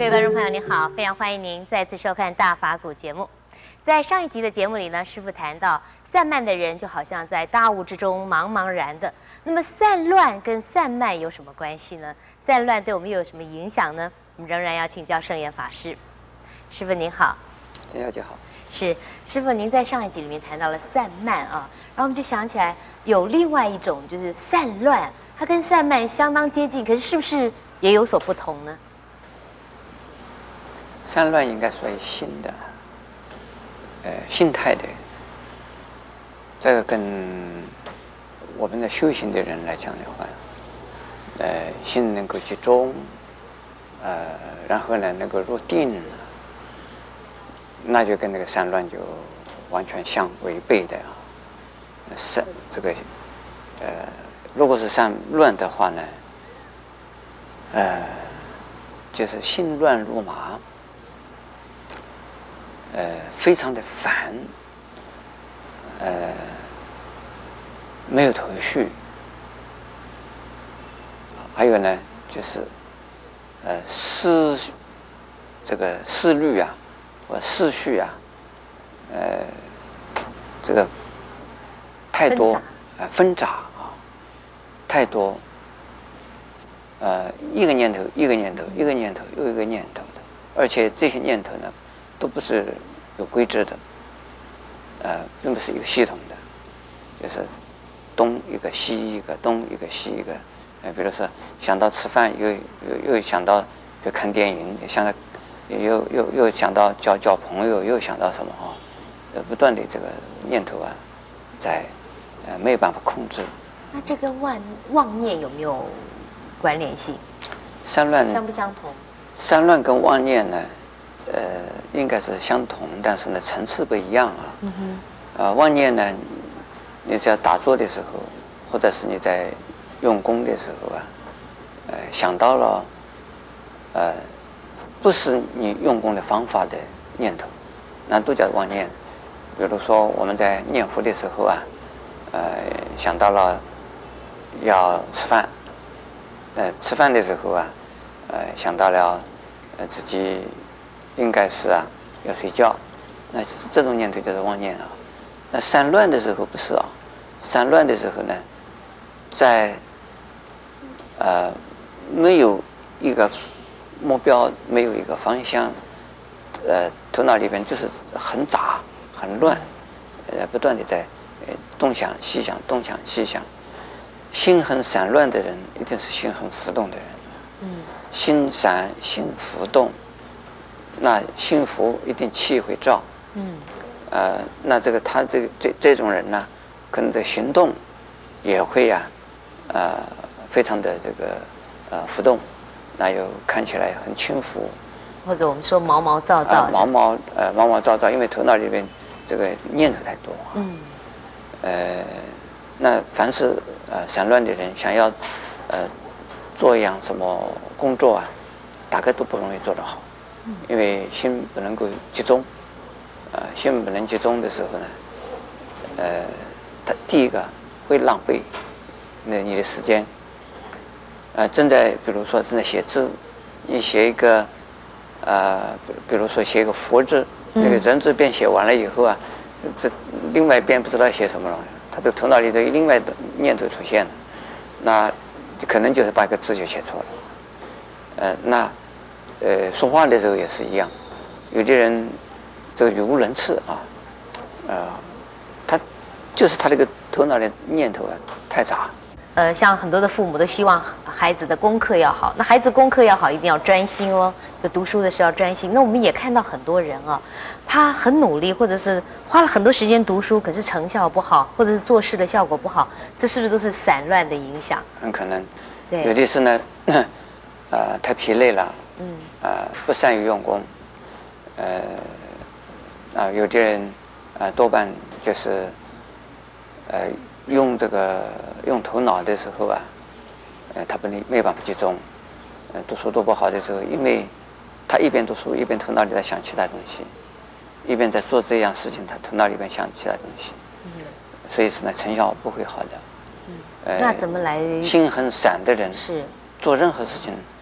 各位观众朋友，您好，非常欢迎您再次收看《大法古》节目。在上一集的节目里呢，师父谈到散漫的人就好像在大雾之中茫茫然的。那么散乱跟散漫有什么关系呢？散乱对我们又有什么影响呢？我们仍然要请教圣严法师。师父您好。 陈小姐好。 是师父，您在上一集里面谈到了散漫啊，然后我们就想起来有另外一种就是散乱，它跟散漫相当接近，可是是不是也有所不同呢？ 散乱应该属于心的，心态的。这个跟我们的修行的人来讲的话，心能够集中，然后呢能够入定，那就跟那个散乱就完全相违背的啊。如果是散乱的话呢，就是心乱如麻。非常的烦，没有头绪，还有呢，就是这个思虑啊，或思绪啊，这个太多纷杂啊，太多，一个念头一个念头一个念头又一个念头的，而且这些念头呢，都不是有规制的，并不是一个系统的，就是东一个西一个，东一个西一个，比如说想到吃饭，又想到去看电影，想到又想到交朋友，又想到什么啊？不断的这个念头啊，在没有办法控制。 那这跟妄念有没有关联性？ 散乱相不相同？ 散乱跟妄念呢？应该是相同，但是呢层次不一样啊。妄念呢，你在打坐的时候，或者是你在用功的时候啊，想到了，不是你用功的方法的念头，那都叫妄念。比如说我们在念佛的时候啊，想到了要吃饭，吃饭的时候啊，想到了自己应该是要睡觉，那这种念头叫做妄念啊。那散乱的时候不是啊，散乱的时候呢，在没有一个目标，没有一个方向，头脑里边就是很杂很乱，不断的在东想西想，东想西想。心很散乱的人，一定是心很浮动的人。心散心浮动。那心浮一定气会躁，那他这种人呢，可能的行动也会非常的这个浮动，那又看起来很轻浮， 或者我们说毛毛躁躁， 毛毛躁躁，因为头脑里面这个念头太多那凡是散乱的人想要做一样什么工作啊，大概都不容易做得好。因为心不能够集中，心不能集中的时候呢，它第一个会浪费你的时间，比如说正在写字，你写一个比如说写一个佛字，那个人字边写完了以后啊，这另外一边不知道写什么了，他的头脑里头另外的念头出现了，那可能就是把一个字就写错了，说话的时候也是一样，有的人这个语无伦次他就是他这个头脑的念头太杂。 像很多的父母都希望孩子的功课要好，那孩子功课要好，一定要专心哦，就读书的时候要专心。那我们也看到很多人他很努力，或者是花了很多时间读书，可是成效不好，或者是做事的效果不好，这是不是都是散乱的影响？ 很可能。 对。 有的是呢，太疲累了。不善于用功，有的人多半就是用头脑的时候他没有办法集中，读书读不好的时候，因为他一边读书一边头脑里在想其他东西，一边在做这样事情，他头脑里边想其他东西，所以是呢成效不会好的。 那怎么来？ 心很散的人是做任何事情，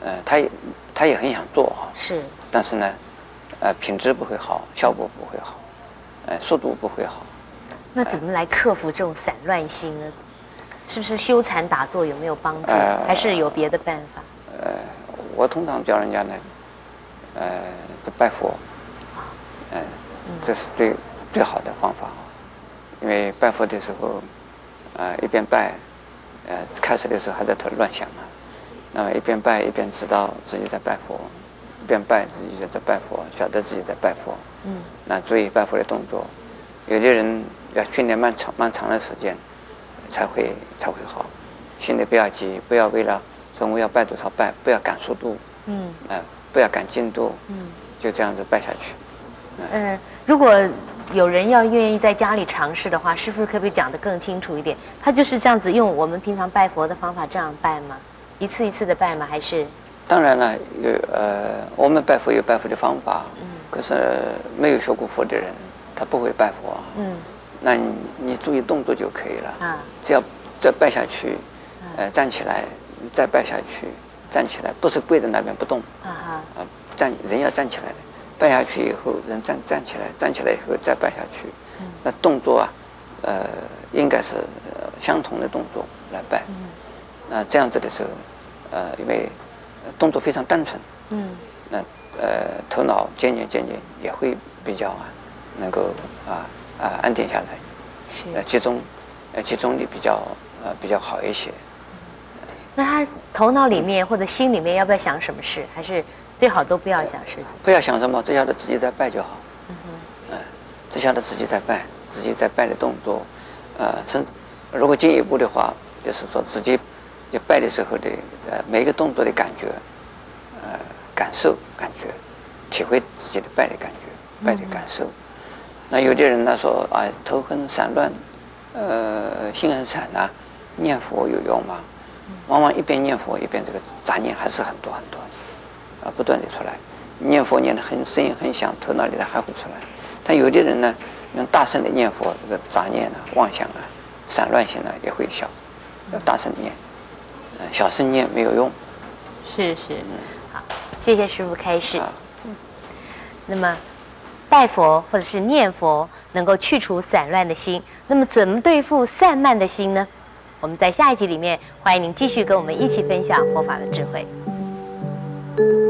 他也很想做啊， 是， 但是呢，品质不会好，效果不会好，速度不会好。 那怎么来克服这种散乱心呢？是不是修禅打坐有没有帮助，还是有别的办法？ 我通常教人家呢，这拜佛，这是最好的方法。因为拜佛的时候，一边拜，开始的时候还在头乱想啊，那么一边拜一边知道自己在拜佛，一边拜自己在拜佛，晓得自己在拜佛。那注意拜佛的动作，有的人要训练蛮长的时间，才会好。心里不要急，不要为了说我要拜多少拜，不要赶速度，不要赶进度，就这样子拜下去。 如果有人要愿意在家里尝试的话，师父可不可以讲得更清楚一点？他就是这样子用我们平常拜佛的方法这样拜吗？一次一次的拜吗？还是？ 当然了，我们拜佛有拜佛的方法，可是没有学过佛的人，他不会拜佛。那你注意动作就可以了。只要再拜下去，站起来，再拜下去，站起来，不是跪在那边不动。人要站起来的。拜下去以后，人站起来，站起来以后再拜下去。那动作啊，应该是相同的动作来拜。那这样子的时候，因为动作非常单纯，那头脑渐渐也会比较能够安定下来，集中力比较好一些。 那他头脑里面或者心里面要不要想什么事？还是最好都不要想事情？ 不要想什么，只晓得自己在拜就好。只晓得自己在拜，自己在拜的动作，如果进一步的话，就是说自己在拜的时候的每一个动作的感觉，感体会自己的拜的感觉，拜的感受。那有的人呢说头很散乱，心很散啊，念佛有用吗？往往一边念佛一边这个杂念还是很多，不断的出来。念佛念得声音很响，头脑里的还会出来。但有的人呢，用大声的念佛，这个杂念妄想散乱性也会消。要大声念，小声念没有用。 是，好，谢谢师父开示。那么拜佛或者是念佛能够去除散乱的心，那么怎么对付散漫的心呢？我们在下一集里面，欢迎您继续跟我们一起分享佛法的智慧。